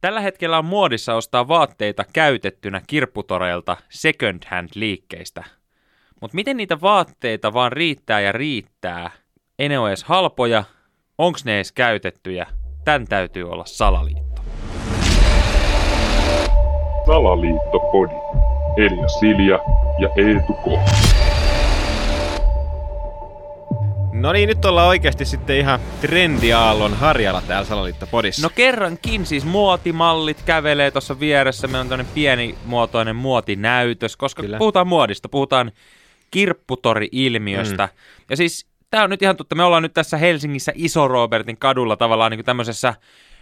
Tällä hetkellä on muodissa ostaa vaatteita käytettynä kirpputoreilta second hand liikkeistä. Mutta miten niitä vaatteita vaan riittää ja riittää? Ei ne ole edes halpoja. Onks ne edes käytettyjä? Tän täytyy olla salaliitto. Salaliittopodi. Elia Silja ja Eetu K. No niin, nyt ollaan oikeasti sitten ihan trendiaallon harjalla täällä Salaliittopodissa. No kerrankin siis muotimallit kävelee tuossa vieressä. Meillä on tämmöinen pienimuotoinen muotinäytös, koska Kyllä. puhutaan muodista, puhutaan kirpputori-ilmiöstä. Ja siis tää on nyt ihan totta, me ollaan nyt tässä Helsingissä Iso-Robertin kadulla tavallaan niin kuin tämmöisessä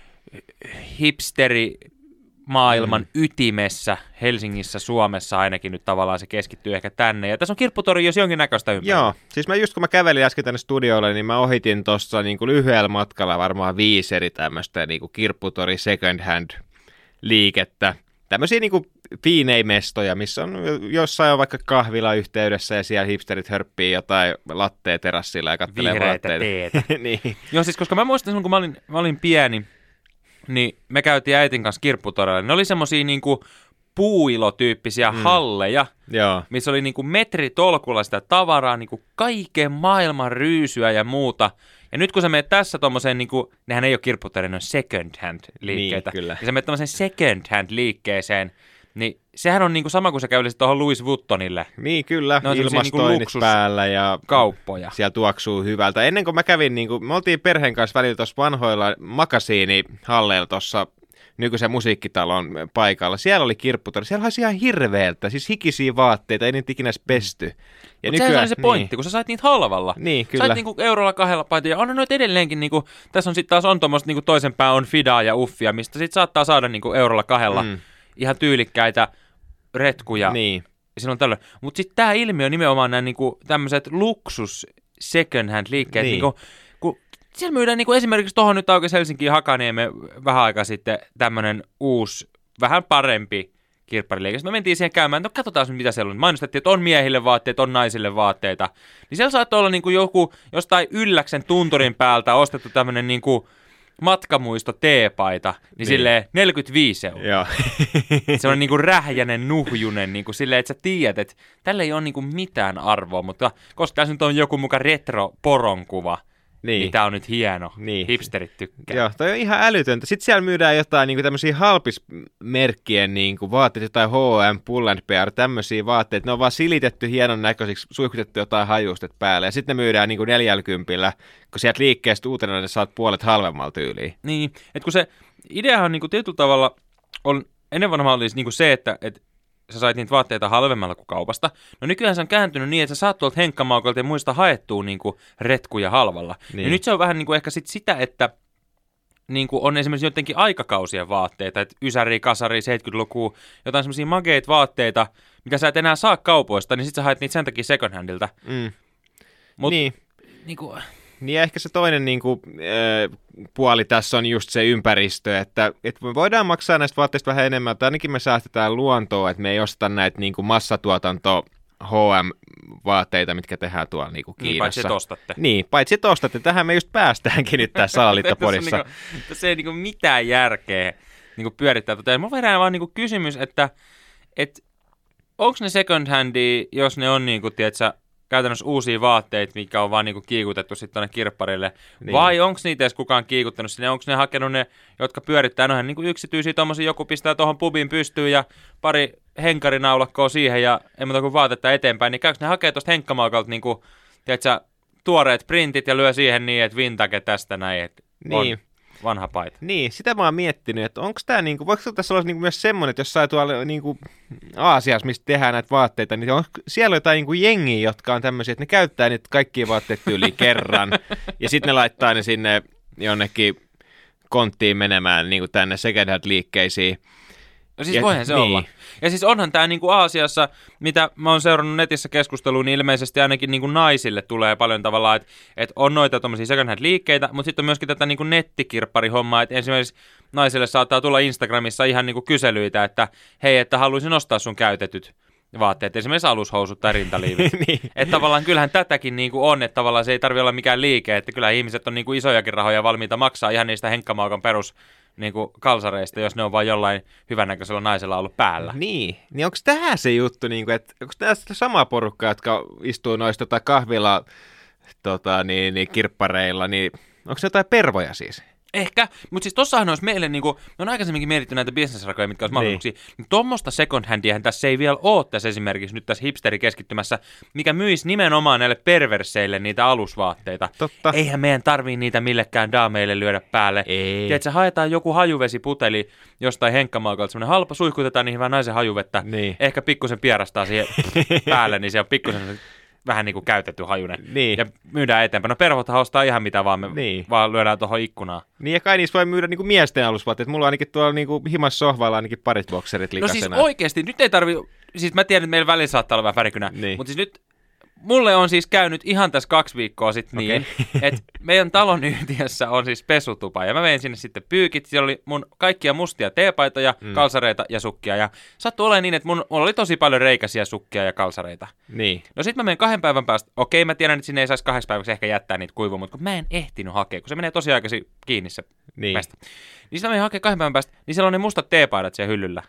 hipsterimaailman ytimessä, Helsingissä, Suomessa ainakin nyt tavallaan se keskittyy ehkä tänne. Ja tässä on kirpputori jos jonkinnäköistä ympärillä. Joo, siis kun mä kävelin äsken tänne studiolle, niin mä ohitin tuossa niinku lyhyellä matkalla varmaan 5 eri tämmöistä niinku kirpputori second hand liikettä. Tämmöisiä niinku fiineimestoja, missä on jossain on vaikka kahvila yhteydessä ja siellä hipsterit hörppii jotain lattea terassilla ja kattelee vihreitä vaatteita. teetä. Niin. Joo, siis koska mä muistan silloin, kun mä olin pieni, niin me käytiin äitin kanssa kirpputorilla. Ne oli semmosia niinku puuilotyyppisiä halleja, Joo. missä oli niinku metritolkulla sitä tavaraa, niinku kaiken maailman ryysyä ja muuta. Ja nyt kun sä menet tässä tommoseen, niinku, nehän ei ole kirpputoria, ne on second hand liikkeitä. Niin, kyllä. Ja sä menet tommoseen second hand liikkeeseen, niin sehän on niinku sama kuin sä kävelisit tuohon Louis Vuittonille. Niin, kyllä. Ne on semmosia niinku Ilmastoinnit päällä ja kauppoja. siellä tuoksuu hyvältä. Ennen kuin mä kävin, me oltiin perheen kanssa välillä tuossa vanhoilla makasiinihalleilla tuossa nykyisen musiikkitalon paikalla. Siellä oli kirpputori. Siellä olisi ihan hirveältä, siis hikisiä vaatteita, ei niitä ikinä edes pesty. Mutta sehän oli se pointti, kun sä sait niitä halvalla. Niin, kyllä. Sait niinku eurolla 2 paitia, ja on noita edelleenkin, niinku, tässä on sitten taas on tuommoista niinku toisen pään on Fidaa ja Uffia, mistä sitten saattaa saada niinku eurolla 2 ihan tyylikkäitä retkuja. Niin. Ja silloin tällöin. Mutta sitten tämä ilmiö on nimenomaan nämä niinku, tämmöiset luksus second hand liikkeet, Niin. niinku, kun siellä myydään niinku esimerkiksi tuohon nyt aukesi Helsinkiin Hakaniemen vähän aikaa sitten tämmöinen uusi, vähän parempi kirppariliike. Me mentiin siihen käymään, no katsotaan mitä siellä on. Mainostettiin, että on miehille vaatteet, on naisille vaatteita. Niin siellä saattoi olla niinku joku jostain Ylläksen tunturin päältä ostettu tämmöinen niinku matkamuisto teepaita, niin silleen 45 €. Joo. Se on niinku rähjänen, nuhjunen, niinku silleen, että sä tiedät, että tällä ei ole niinku mitään arvoa, mutta koska tässä nyt on joku muka retro-poronkuva, niin tää on nyt hieno. Niin. Hipsterit tykkää. Joo, toi on ihan älytöntä. Sitten siellä myydään jotain niinku tämmöisiä halpismerkkien niinku vaatteita, jotain H&M, Pull&Bear, tämmöisiä vaatteita. Ne on vaan silitetty hienon näköisiksi, suihkutettu jotain hajustet päälle. Ja sitten ne myydään niinku 40, kun sieltä liikkeestä uutena ne saat puolet halvemmalla tyyliin. Niin, että kun se ideahan niinku tietyllä tavalla on, ennen vanhaa oli niinku se, että sä sait niitä vaatteita halvemmalla kuin kaupasta. No nykyään se on kääntynyt niin, että sä saat tuolta henkkamaukolta ja muista haettua niinku retkuja halvalla. Niin. Ja nyt se on vähän niinku ehkä sitä, että niinku on esimerkiksi jotenkin aikakausien vaatteita, että ysäri, kasari, 70-lukua, jotain semmoisia mageita vaatteita, mitä sä et enää saa kaupoista, niin sit sä haet niitä sen takia second handilta. Mut, Niin. Niinku, Niin ja ehkä se toinen puoli tässä on just se ympäristö, että me voidaan maksaa näistä vaatteista vähän enemmän, tai ainakin me säästetään luontoa, että me ei osta näitä niinku massatuotanto H&M-vaatteita, mitkä tehdään tuolla niinku Kiinassa. niin, paitsi et ostatte. Niin, paitsi et ostatte. Tähän me just päästäänkin nyt tässä Salaliittopodissa. Tässä ei niinku mitään järkeä niinku pyörittää. Mulla verään vaan niinku kysymys, että onko ne second handia, jos ne on niinku, tiedätkö, käytännössä uusia vaatteita, mitkä on vaan niinku kiikutettu sitten tuonne kirpparille, Niin. vai onko niitä edes kukaan kiikuttanut sinne, onko ne hakenut ne, jotka pyörittää, nohan niinku yksityisiä tommosia, joku pistää tuohon pubin pystyyn ja pari henkarinaulakkoa siihen ja ei muuta kuin vaatetta eteenpäin, niin käykö ne hakee tuosta henkkamaukalta niinku, tiedätkö, tuoreet printit ja lyö siihen niin, että vintage tästä näin, että on Niin. vanha paita. Niin, sitä mä oon miettinyt, että onko tämä niinku, voiko tässä olla niinku myös semmoinen, että jossain tuolla niinku Aasiassa, mistä tehdään näitä vaatteita, niin on siellä jotain niinku jengiä, jotka on tämmöisiä, että ne käyttää niitä kaikkia vaatteita yli kerran, ja sitten ne laittaa ne sinne jonnekin konttiin menemään niinku tänne second hand liikkeisiin. No siis voihan se olla. Ja siis onhan tämä niinku Aasiassa, mitä mä oon seurannut netissä keskustelua, niin ilmeisesti ainakin niinku naisille tulee paljon tavallaan, että on noita tommosia second hand liikkeitä, mutta sitten on myöskin tätä niinku nettikirpparihommaa, että esimerkiksi naisille saattaa tulla Instagramissa ihan niinku kyselyitä, että hei, että haluaisin ostaa sun käytetyt vaatteet, esimerkiksi alushousut tai rintaliivit. Niin. Että tavallaan kyllähän tätäkin niinku on, että tavallaan se ei tarvitse olla mikään liike, että kyllä ihmiset on niinku isojakin rahoja valmiita maksaa ihan niistä Henkkamaukan perus niinku kalsareista, jos ne on vain jollain hyvännäköisellä naisella ollut päällä. Niin onko tähän se juttu, niinku, että onko tämä sitä samaa porukkaa, jotka istuu noista kahvila kirppareilla, niin onko se jotain pervoja siis? Ehkä, mutta siis tossahan olisi meille, niinku, me on aikaisemminkin mietitty näitä bisnesrakoja, mitkä olisi mahdollisuuksia, niin tuommoista second handiahan tässä ei vielä ole tässä esimerkiksi nyt tässä hipsterikeskittymässä, mikä myisi nimenomaan näille perverseille niitä alusvaatteita. Totta. Eihän meidän tarvii niitä millekään daameille lyödä päälle. Ei. Tiedätkö, haetaan joku hajuvesiputeli jostain Henkkamaukalta, semmoinen halpa, suihkutetaan niihin vähän naisen hajuvettä, Niin. ehkä pikkusen pierastaa siihen päälle, niin se on pikkusen vähän niin kuin käytetty hajunen. Niin. Ja myydään eteenpäin. No perhothan ostaa ihan mitä vaan, me Niin. vaan lyödään tuohon ikkunaan. Niin ja kai niissä voi myydä niinku miesten alusvaatteet. Mulla on ainakin tuolla niinku himassa sohvalla ainakin parit bokserit No likasena. siis oikeasti, nyt ei tarvi, siis mä tiedän, että meillä välillä saattaa olla vähän värikynä, Niin. mutta siis nyt mulle on siis käynyt ihan tässä 2 viikkoa sitten niin, että meidän talon yhtiössä on siis pesutupa ja mä vein sinne sitten pyykit, siellä oli mun kaikkia mustia teepaitoja, kalsareita ja sukkia ja sattui olemaan niin, että mulla oli tosi paljon reikäisiä sukkia ja kalsareita. Niin. No sit mä menen 2 päivän päästä, okei mä tiedän, että sinne ei saisi 2 päiväksi ehkä jättää niitä kuivuun, mutta kun mä en ehtinyt hakea, kun se menee tosi aikaisin kiinni se Niin. mesta. Niin sit mä menen hakemaan 2 päivän päästä, niin siellä on ne mustat teepaidat siellä hyllyllä.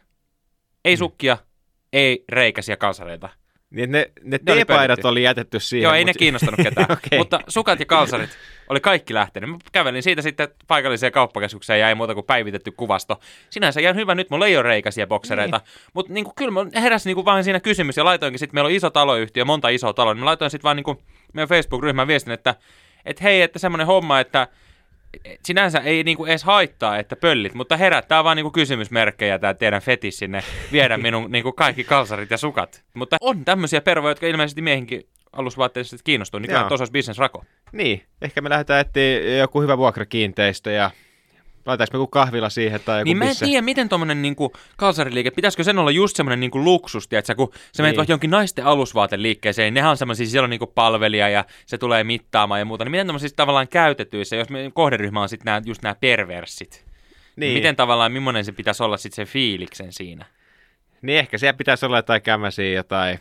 Ei sukkia, ei reikäisiä kalsareita. Niin ne oli teepaidat pölytty. oli jätetty siihen. Joo, ei ne kiinnostanut ketään, Okei. mutta sukat ja kalsarit oli kaikki lähtenyt. Mä kävelin siitä sitten paikalliseen kauppakeskukseen ja ei muuta kuin päivitetty kuvasto. Sinänsä ihan hyvä, nyt mulla ei ole reikäisiä boksereita, mutta niinku, kyllä mulla heräsi niinku vaan siinä kysymys ja laitoinkin sitten, meillä on iso taloyhtiö, monta isoa taloa, niin mä laitoin sitten vaan niinku meidän Facebook-ryhmän viestin, että hei, että semmoinen homma, että sinänsä ei niinku edes haittaa, että pöllit, mutta herättää vaan niinku kysymysmerkkejä tää teidän fetissinne viedä minun niinku kaikki kalsarit ja sukat. Mutta on tämmöisiä pervoja, jotka ilmeisesti miehinkin alusvaatteista kiinnostuu, niin kyllä Joo. tuossa olisi bisnesrako. Niin, ehkä me lähdetään etsiä joku hyvä vuokrakiinteistö ja laitaanko me joku kahvila siihen tai joku Niin mä en missä. tiedä, miten tommonen niinku kalsariliike, pitäisikö sen olla just semmonen niinku luksus, tiiätsä, kun sä menet Niin. vaikka jonkin naisten alusvaateliikkeeseen, niin nehän on semmosia, siellä on niinku palvelija ja se tulee mittaamaan ja muuta, niin miten tommosissa tavallaan käytetyissä, jos meidän kohderyhmä on sitten just nämä perversit, niin miten tavallaan, millainen se pitäisi olla sitten se fiiliksen siinä? Niin ehkä siellä pitäisi olla jotain kämmäsiä, jotain.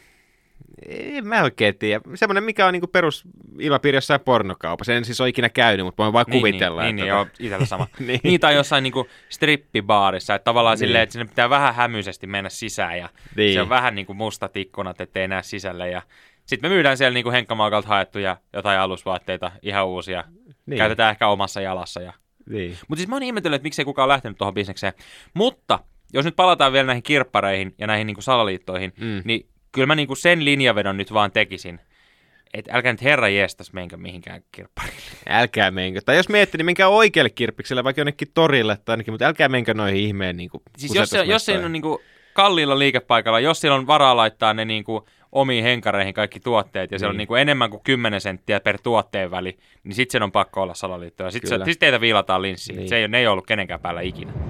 En mä oikein tiedä. Semmoinen, mikä on niinku perusilmapiiri jossain pornokaupassa. En siis ole ikinä käynyt, mutta voin vaan kuvitella. Niin, joo, itsellä sama. Niin. Niin, tai jossain niinku strippibaarissa, että tavallaan Niin. silleen, että sinne pitää vähän hämyisesti mennä sisään ja Niin. se on vähän niinku mustat ikkunat, ettei näe sisälle ja sitten me myydään siellä niinku Henkkamaukalta haettuja jotain alusvaatteita, ihan uusia. Niin. Käytetään ehkä omassa jalassa. Niin. Mutta siis mä oon ihmetellyt, että miksei kukaan lähtenyt tuohon bisnekseen. Mutta jos nyt palataan vielä näihin kirppareihin ja näihin niinku salaliittoihin, niin kyllä mä niinku sen linjavedon nyt vaan tekisin. Että älkää nyt herra jestas menkö mihinkään kirpparille. Älkää menkö. Tai jos miettii, niin menkää oikealle kirppikselle, vaikka jonnekin torille tai ainakin, mutta älkää menkö noihin ihmeen niinku Siis jos siinä on niinku kalliilla liikepaikalla, jos siellä on varaa laittaa ne niinku omiin henkareihin kaikki tuotteet, ja siellä on niinku enemmän kuin 10 senttiä per tuotteen väli, niin sitten sen on pakko olla salaliittoja. Sitten teitä viilataan linssiin. Niin. Ne ei ollut kenenkään päällä ikinä.